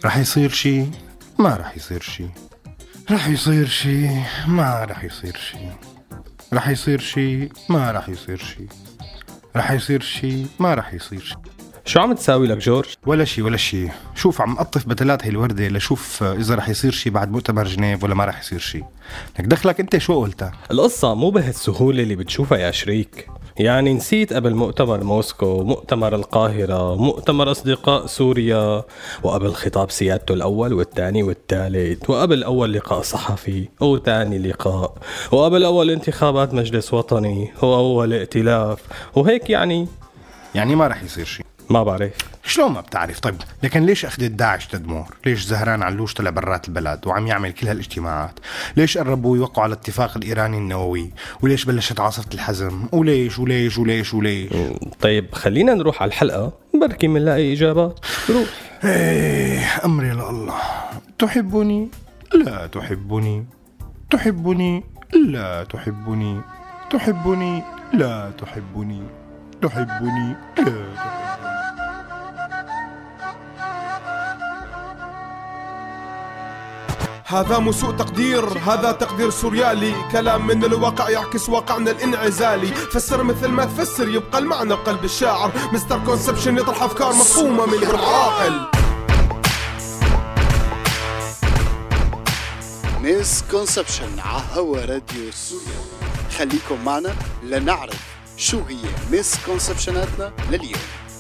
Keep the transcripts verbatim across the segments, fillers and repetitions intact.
رح يصير شي ما رح يصير شي، رح يصير شي ما رح يصير شي، رح يصير شي ما رح يصير شي، رح يصير شي ما رح يصير شي. شو عم تساوي لك جورج؟ ولا شي ولا شي. شوف عم أطف بدلات هي الوردة لشوف إذا رح يصير شي بعد مؤتمر جنيف ولا ما رح يصير شي. لك دخلك أنت شو قلتها؟ القصة مو بهالسهولة اللي بتشوفها يا شريك. يعني نسيت قبل مؤتمر موسكو، مؤتمر القاهرة، مؤتمر أصدقاء سوريا، وقبل خطاب سيادته الأول والثاني والثالث، وقبل أول لقاء صحفي وثاني لقاء، وقبل أول انتخابات مجلس وطني وأول ائتلاف، وهيك يعني يعني ما رح يصير شي. ما بعرف. شلون ما بتعرف؟ طيب لكن ليش أخذت داعش تدمر؟ ليش زهران علوش طلع برات البلد وعم يعمل كل هالاجتماعات؟ ليش قربوا يوقعوا على الاتفاق الإيراني النووي؟ وليش بلشت عاصفة الحزم؟ وليش وليش وليش وليش؟ طيب خلينا نروح على الحلقة بركي منلاقي إجابات. روح. ايه أمري لله. تحبني لا تحبني، تحبني لا تحبني، تحبني لا تحبني، تحبني لا تحبني. هذا مو سوء تقدير، هذا تقدير سوريالي، كلام من الواقع يعكس واقعنا الانعزالي. فسر مثل ما تفسر يبقى المعنى بقلب الشاعر. مستر كونسبشن يطرح أفكار مفهومة من غير عاقل. ميس كونسبشن عهوا راديو سوريا. خليكم معنا لنعرف شو هي ميس كونسبشناتنا لليوم.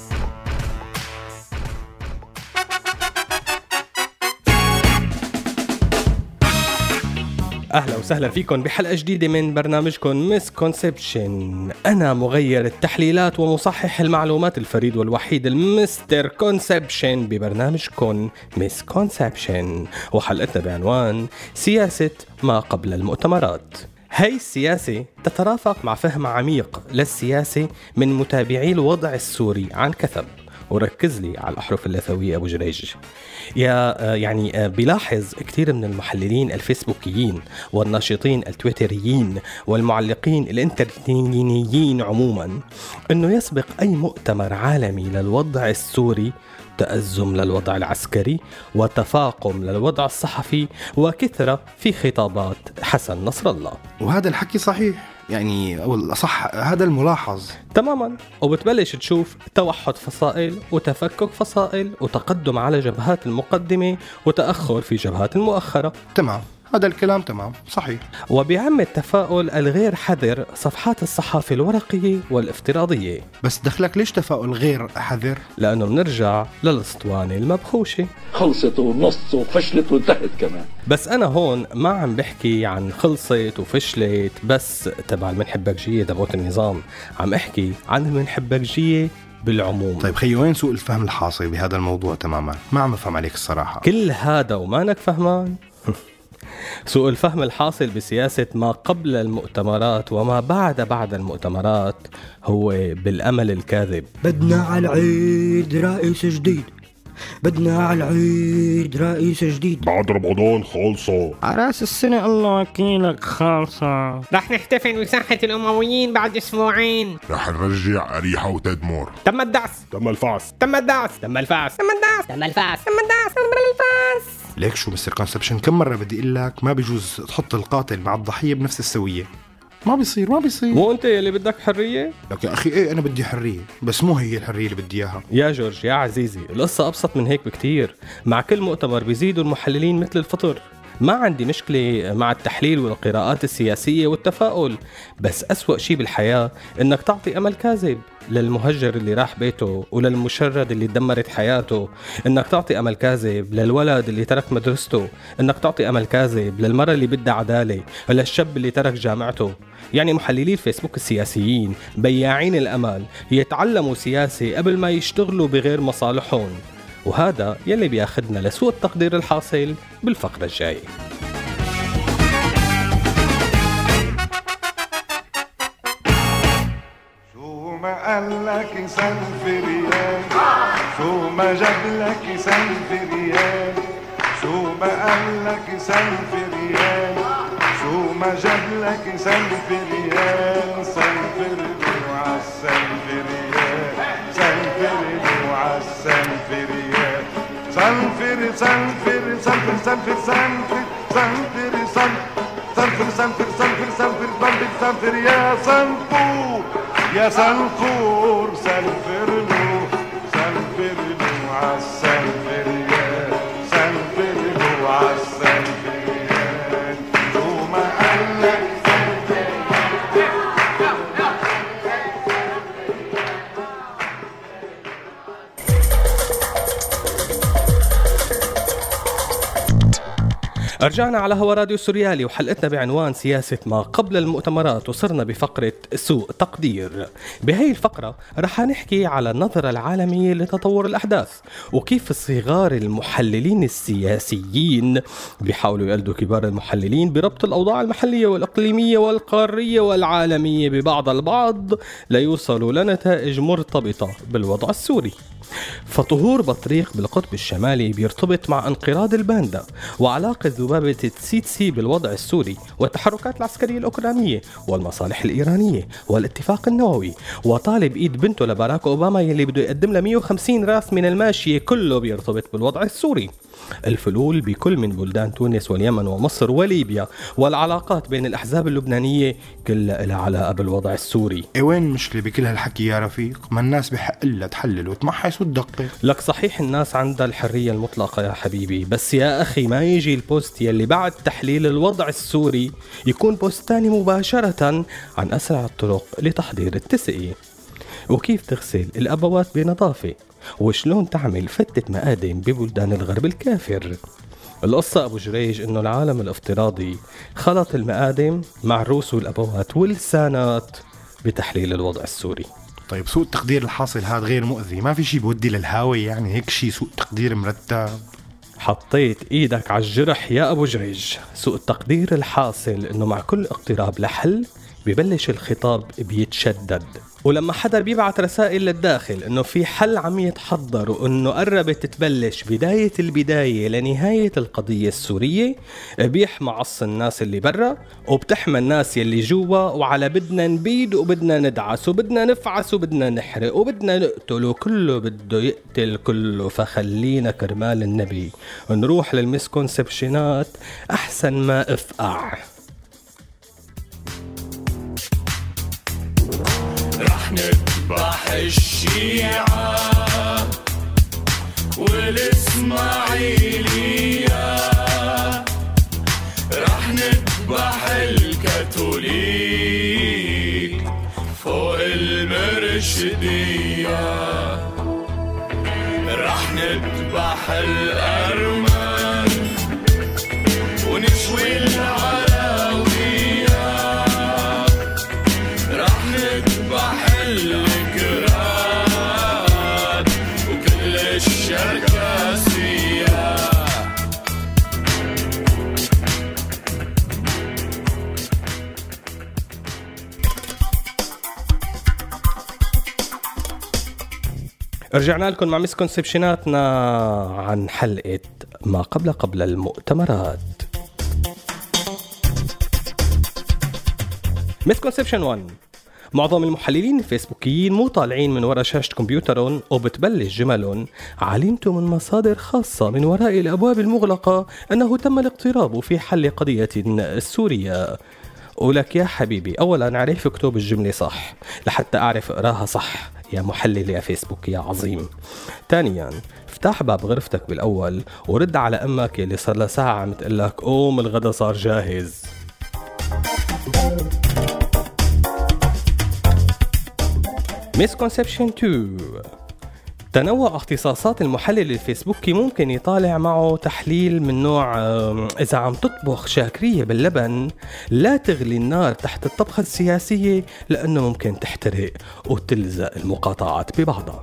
أهلا وسهلا فيكم بحلقة جديدة من برنامجكم ميس كونسبشن. أنا مغير التحليلات ومصحح المعلومات الفريد والوحيد المستر كونسبشن ببرنامجكم ميس كونسبشن، وحلقتنا بعنوان سياسة ما قبل المؤتمرات. هاي السياسة تترافق مع فهم عميق للسياسة من متابعي الوضع السوري عن كثب. وركز لي على الأحرف اللثوية أبو جريج. يا يعني بلاحظ كثير من المحللين الفيسبوكيين والناشطين التويتريين والمعلقين الانترنتيين عموما أنه يسبق أي مؤتمر عالمي للوضع السوري تأزم للوضع العسكري وتفاقم للوضع الصحفي وكثرة في خطابات حسن نصر الله. وهذا الحكي صحيح، يعني أو الأصح هذا الملاحظ تماما. وبتبلش تشوف توحد فصائل وتفكك فصائل وتقدم على جبهات المقدمة وتأخر في جبهات المؤخرة. تمام، هذا الكلام تمام صحيح. وبيعم التفاؤل الغير حذر صفحات الصحافة الورقية والافتراضية. بس دخلك ليش تفاؤل غير حذر؟ لأنه بنرجع للأسطوانة المبخوشة، خلصت ونصت وفشلت وانتهت كمان. بس أنا هون ما عم بحكي عن خلصت وفشلت بس تبع المنحبكجية دبوت النظام، عم احكي عن المنحبكجية بالعموم. طيب خيي، وين سوء الفهم الحاصل بهذا الموضوع تماما؟ ما عم افهم عليك الصراحة. كل هذا ومانك فهمان؟ سوء الفهم الحاصل بسياسة ما قبل المؤتمرات وما بعد بعد المؤتمرات هو بالأمل الكاذب. بدنا على العيد رئيس جديد، بدنا على العيد رئيس جديد، بعد رمضان خالصة، عراس السنة الله وكيلك خالصة، رح نحتفل بساحة الأمويين بعد أسبوعين، رح نرجع أريحة وتدمر، تم الدعس، تم الفعس، تم الدعس، تم الفعس، تم الدعس، تم الفعس، تم الدعس، تم الفعس. ليك شو مستر كونسبشن، كم مرة بدي اقول لك ما بيجوز تحط القاتل مع الضحية بنفس السوية. ما بيصير ما بيصير. مو انت اللي بدك حرية؟ لك يا اخي ايه، انا بدي حرية بس مو هي الحرية اللي بدي اياها. يا جورج يا عزيزي، القصة ابسط من هيك بكتير. مع كل مؤتمر بيزيدوا المحللين مثل الفطر. ما عندي مشكلة مع التحليل والقراءات السياسية والتفاؤل، بس أسوأ شيء بالحياة إنك تعطي أمل كاذب للمهجر اللي راح بيته وللمشرد اللي دمرت حياته، إنك تعطي أمل كاذب للولد اللي ترك مدرسته، إنك تعطي أمل كاذب للمرة اللي بدها عدالة، وللشاب اللي ترك جامعته. يعني محللي الفيسبوك السياسيين بياعين الأمل يتعلموا سياسة قبل ما يشتغلوا بغير مصالحهم، وهذا يلي بياخدنا لسوء التقدير الحاصل بالفقرة الجاية. شو ما قال لك سنفريان، شو ما جاب لك سنفريان، شو ما قال لك سنفريان، شو ما جاب لك سنفريان، سنفرلو عالسنفريان، سنفرلو عالسنفريان، سنفر سنفر سنفر سنفر سنفر سنفر سنفر سنفر سنفر سنفر سنفر يا سنفور يا سنفور سنفر له سنفر له عالسنفر يا سنفر له عالسنفر يا شو ما قالك رجعنا على هوا راديو سوريالي وحلقتنا بعنوان سياسة ما قبل المؤتمرات، وصرنا بفقرة سوء تقدير. بهاي الفقرة رح نحكي على النظرة العالمية لتطور الأحداث، وكيف الصغار المحللين السياسيين بيحاولوا يقلدوا كبار المحللين بربط الأوضاع المحلية والإقليمية والقارية والعالمية ببعض البعض ليوصلوا لنتائج مرتبطة بالوضع السوري. فطهور بطريق بالقطب الشمالي بيرتبط مع انقراض الباندا وعلاقة ذبابة التسيتسي بالوضع السوري والتحركات العسكرية الأوكرانية والمصالح الإيرانية والاتفاق النووي وطالب إيد بنته لباراك أوباما يلي بده يقدم له مية وخمسين راس من الماشية، كله بيرتبط بالوضع السوري. الفلول بكل من بلدان تونس واليمن ومصر وليبيا والعلاقات بين الأحزاب اللبنانية كلها لها علاقة بالوضع السوري. إيه وين المشكلة بكل هالحكي يا رفيق؟ ما الناس بحق لها تحلل وتمحص وتدقق. لك صحيح الناس عندها الحرية المطلقة يا حبيبي، بس يا أخي ما يجي البوست يلي بعد تحليل الوضع السوري يكون بوست تاني مباشرة عن أسرع الطرق لتحضير التسقية، وكيف تغسل الأبوات بنظافة، وشلون تعمل فتة مقادم ببلدان الغرب الكافر. القصة أبو جريج إنه العالم الافتراضي خلط المقادم مع الروس والأبوات واللسانات بتحليل الوضع السوري. طيب سوء التقدير الحاصل هذا غير مؤذي؟ ما في شي بودي للهاوي يعني هيك شي سوء تقدير مرتب؟ حطيت ايدك على الجرح يا أبو جريج. سوء التقدير الحاصل إنه مع كل اقتراب لحل ببلش الخطاب بيتشدد، ولما حدا بيبعت رسائل للداخل انه في حل عم يتحضر وانه قربت تبلش بداية البداية لنهاية القضية السورية، بيحمعص الناس اللي برا وبتحمى الناس يلي جوا، وعلى بدنا نبيد وبدنا ندعس وبدنا نفعس وبدنا نحرق وبدنا نقتل وكله بده يقتل كله. فخلينا كرمال النبي نروح للمسكونسبشنات احسن ما افقع. رح نذبح الشيعة والإسماعيلية، رح نذبح الكاثوليك فوق المرشدية، رح نذبح الأرمن ونشوي العراوية، رح نذبح الكراد وكل الشركاسية. رجعنا لكم مع مسكونسبشناتنا عن حلقة ما قبل قبل المؤتمرات. مسكونسبشن واحد: معظم المحللين الفيسبوكيين مو طالعين من وراء شاشة كمبيوترهم وبتبلش جملهم علمت من مصادر خاصة من وراء الأبواب المغلقة أنه تم الاقتراب في حل قضية السورية. ولك يا حبيبي، أولا أعرف اكتب الجملة صح لحتى أعرف أقراها صح يا محلل يا فيسبوك يا عظيم. ثانيا افتح باب غرفتك بالأول ورد على أمك اللي صار لها ساعة عم تقلك قوم الغدا صار جاهز. مسكونسبشن اثنين: تنوع اختصاصات المحلل الفيسبوكي ممكن يطالع معه تحليل من نوع إذا عم تطبخ شاكرية باللبن لا تغلي النار تحت الطبخة السياسية لأنه ممكن تحترق وتلزق المقاطعات ببعضها.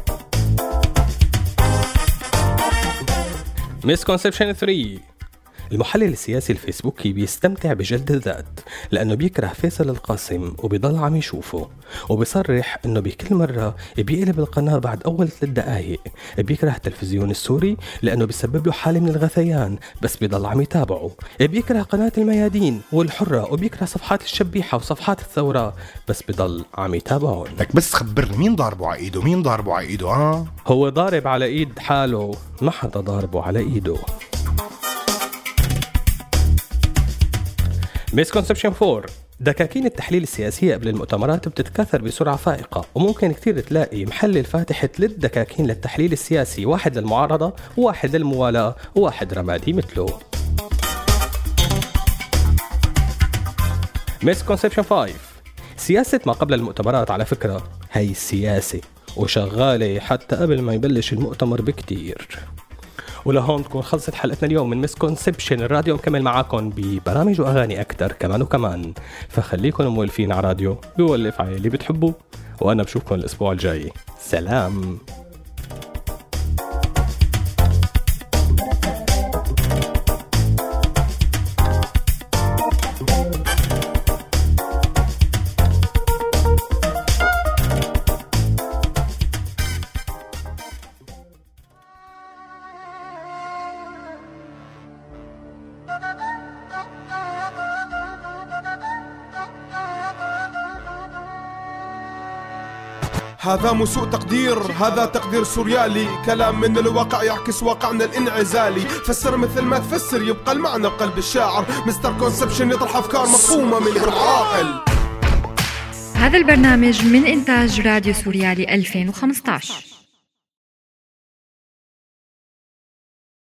مسكونسبشن ثلاثة: المحلل السياسي الفيسبوكي بيستمتع بجلد الذات لأنه بيكره فيصل القاسم وبيضل عم يشوفه، وبيصرح أنه بكل مرة بيقلب القناة بعد أول ثلاث دقايق. بيكره التلفزيون السوري لأنه بيسبب له حالة من الغثيان بس بيضل عم يتابعه. بيكره قناة الميادين والحرة وبيكره صفحات الشبيحة وصفحات الثورة بس بيضل عم يتابعه. لك بس خبرني مين ضاربه على إيده؟ مين ضاربه على إيده؟ ها؟ هو ضارب على إيد حاله، ما حدا ضاربه على إيده. مسكونسبشن أربعة، دكاكين التحليل السياسية قبل المؤتمرات بتتكاثر بسرعة فائقة، وممكن كتير تلاقي محلل فاتح ثلاث دكاكين للتحليل السياسي، واحد للمعارضة وواحد للموالاة وواحد رمادي مثله. مسكونسبشن خمسة، سياسة ما قبل المؤتمرات على فكرة هي السياسة وشغالة حتى قبل ما يبلش المؤتمر بكتير. ولهون تكون خلصت حلقتنا اليوم من مسكونسبشن الراديو، مكمل معاكم ببرامج وأغاني أكتر كمان وكمان، فخليكم مولفين على راديو بيولف على اللي بتحبوه، وأنا بشوفكم الأسبوع الجاي. سلام. هذا مو سوء تقدير، هذا تقدير سوريالي، كلام من الواقع يعكس واقعنا الانعزالي. فسر مثل ما تفسر يبقى المعنى بقلب الشاعر. مستر كونسبشن يطرح افكار مفهومه من غير عاقل. هذا البرنامج من انتاج راديو سوريالي ألفين وخمسة عشر.